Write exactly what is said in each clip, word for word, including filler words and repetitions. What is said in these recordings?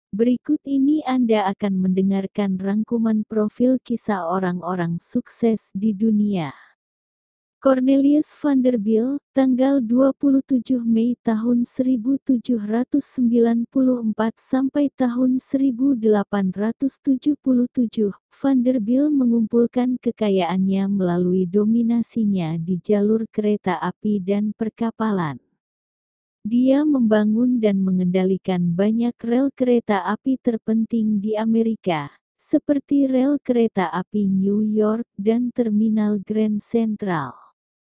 Berikut ini Anda akan mendengarkan rangkuman profil kisah orang-orang sukses di dunia. Cornelius Vanderbilt, tanggal dua puluh tujuh Mei tahun seribu tujuh ratus sembilan puluh empat sampai tahun seribu delapan ratus tujuh puluh tujuh, Vanderbilt mengumpulkan kekayaannya melalui dominasinya di jalur kereta api dan perkapalan. Dia membangun dan mengendalikan banyak rel kereta api terpenting di Amerika, seperti rel kereta api New York dan Terminal Grand Central.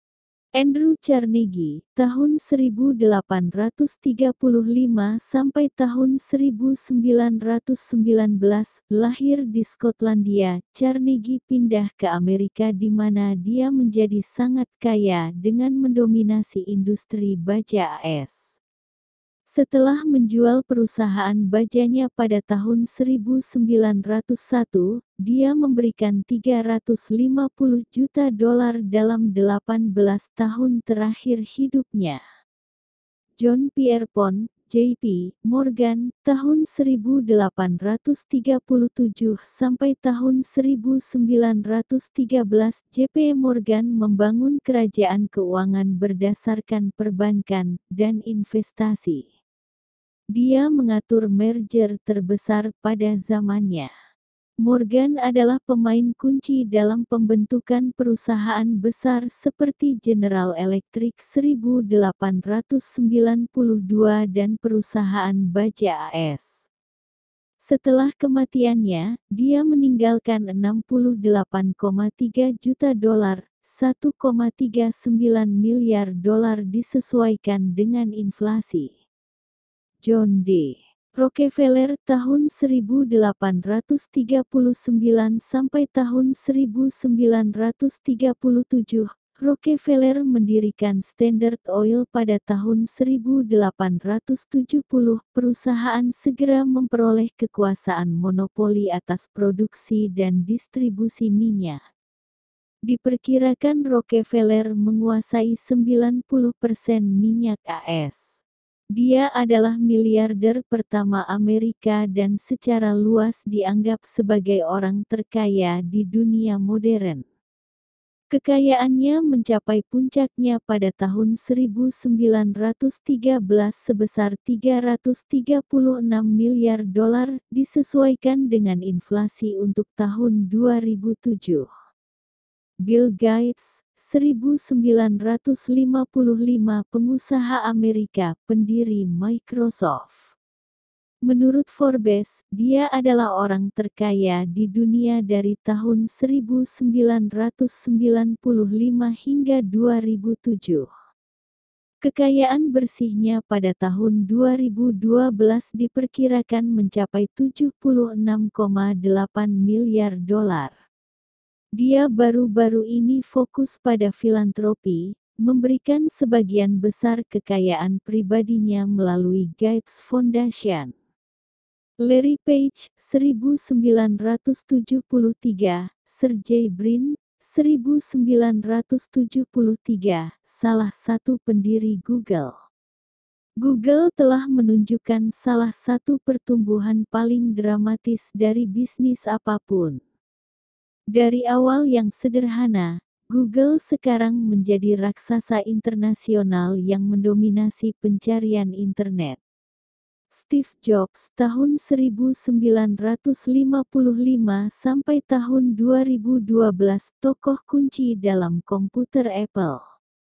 Andrew Carnegie, tahun seribu delapan ratus tiga puluh lima sampai tahun seribu sembilan ratus sembilan belas, lahir di Skotlandia. Carnegie pindah ke Amerika di mana dia menjadi sangat kaya dengan mendominasi industri baja A S. Setelah menjual perusahaan bajanya pada tahun seribu sembilan ratus satu, dia memberikan tiga ratus lima puluh juta dolar dalam delapan belas tahun terakhir hidupnya. John Pierpont, J P. Morgan, tahun seribu delapan ratus tiga puluh tujuh sampai tahun seribu sembilan ratus tiga belas, J P. Morgan membangun kerajaan keuangan berdasarkan perbankan dan investasi. Dia mengatur merger terbesar pada zamannya. Morgan adalah pemain kunci dalam pembentukan perusahaan besar seperti General Electric seribu delapan ratus sembilan puluh dua dan perusahaan baja A S. Setelah kematiannya, dia meninggalkan enam puluh delapan koma tiga juta dolar, satu koma tiga sembilan miliar dolar disesuaikan dengan inflasi. John D. Rockefeller tahun seribu delapan ratus tiga puluh sembilan sampai tahun seribu sembilan ratus tiga puluh tujuh, Rockefeller mendirikan Standard Oil pada tahun seribu delapan ratus tujuh puluh. Perusahaan segera memperoleh kekuasaan monopoli atas produksi dan distribusi minyak. Diperkirakan Rockefeller menguasai sembilan puluh persen minyak A S. Dia adalah miliarder pertama Amerika dan secara luas dianggap sebagai orang terkaya di dunia modern. Kekayaannya mencapai puncaknya pada tahun seribu sembilan ratus tiga belas sebesar tiga ratus tiga puluh enam miliar dolar, disesuaikan dengan inflasi untuk tahun dua ribu tujuh. Bill Gates, seribu sembilan ratus lima puluh lima, pengusaha Amerika, pendiri Microsoft. Menurut Forbes, dia adalah orang terkaya di dunia dari tahun seribu sembilan ratus sembilan puluh lima hingga dua ribu tujuh. Kekayaan bersihnya pada tahun dua ribu dua belas diperkirakan mencapai tujuh puluh enam koma delapan miliar dolar. Dia baru-baru ini fokus pada filantropi, memberikan sebagian besar kekayaan pribadinya melalui Gates Foundation. Larry Page, seribu sembilan ratus tujuh puluh tiga, Sergey Brin, seribu sembilan ratus tujuh puluh tiga, salah satu pendiri Google. Google telah menunjukkan salah satu pertumbuhan paling dramatis dari bisnis apapun. Dari awal yang sederhana, Google sekarang menjadi raksasa internasional yang mendominasi pencarian internet. Steve Jobs tahun seribu sembilan ratus lima puluh lima sampai tahun dua ribu dua belas, tokoh kunci dalam komputer Apple.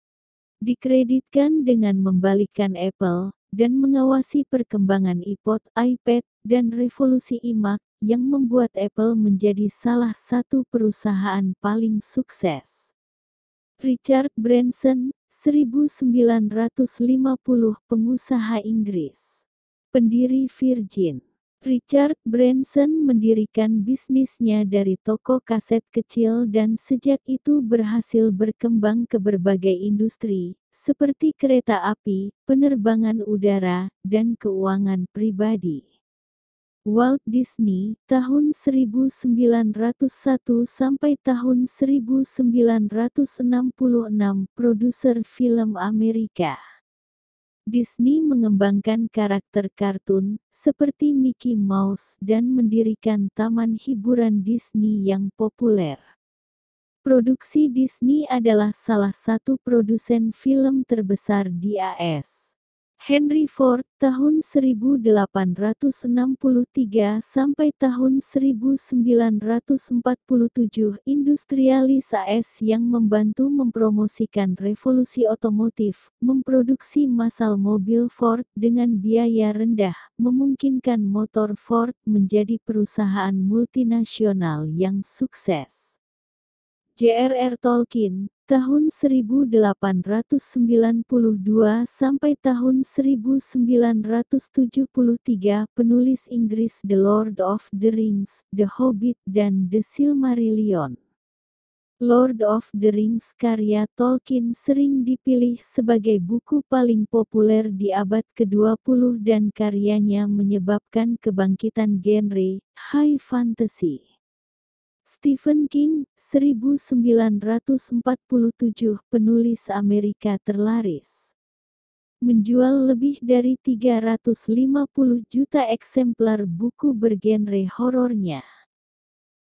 Dikreditkan dengan membalikkan Apple dan mengawasi perkembangan iPod, iPad, dan revolusi iMac, yang membuat Apple menjadi salah satu perusahaan paling sukses. Richard Branson, seribu sembilan ratus lima puluh, pengusaha Inggris. Pendiri Virgin. Richard Branson mendirikan bisnisnya dari toko kaset kecil dan sejak itu berhasil berkembang ke berbagai industri, seperti kereta api, penerbangan udara, dan keuangan pribadi. Walt Disney, tahun seribu sembilan ratus satu sampai tahun seribu sembilan ratus enam puluh enam, produser film Amerika. Disney mengembangkan karakter kartun, seperti Mickey Mouse dan mendirikan taman hiburan Disney yang populer. Produksi Disney adalah salah satu produsen film terbesar di A S. Henry Ford tahun seribu delapan ratus enam puluh tiga sampai tahun seribu sembilan ratus empat puluh tujuh, industrialis A S yang membantu mempromosikan revolusi otomotif, memproduksi massal mobil Ford dengan biaya rendah, memungkinkan motor Ford menjadi perusahaan multinasional yang sukses. J R R Tolkien, tahun seribu delapan ratus sembilan puluh dua sampai tahun seribu sembilan ratus tujuh puluh tiga, penulis Inggris The Lord of the Rings, The Hobbit dan The Silmarillion. Lord of the Rings karya Tolkien sering dipilih sebagai buku paling populer di abad kedua puluh dan karyanya menyebabkan kebangkitan genre high fantasy. Stephen King, seribu sembilan ratus empat puluh tujuh, penulis Amerika terlaris. Menjual lebih dari tiga ratus lima puluh juta eksemplar buku bergenre horornya.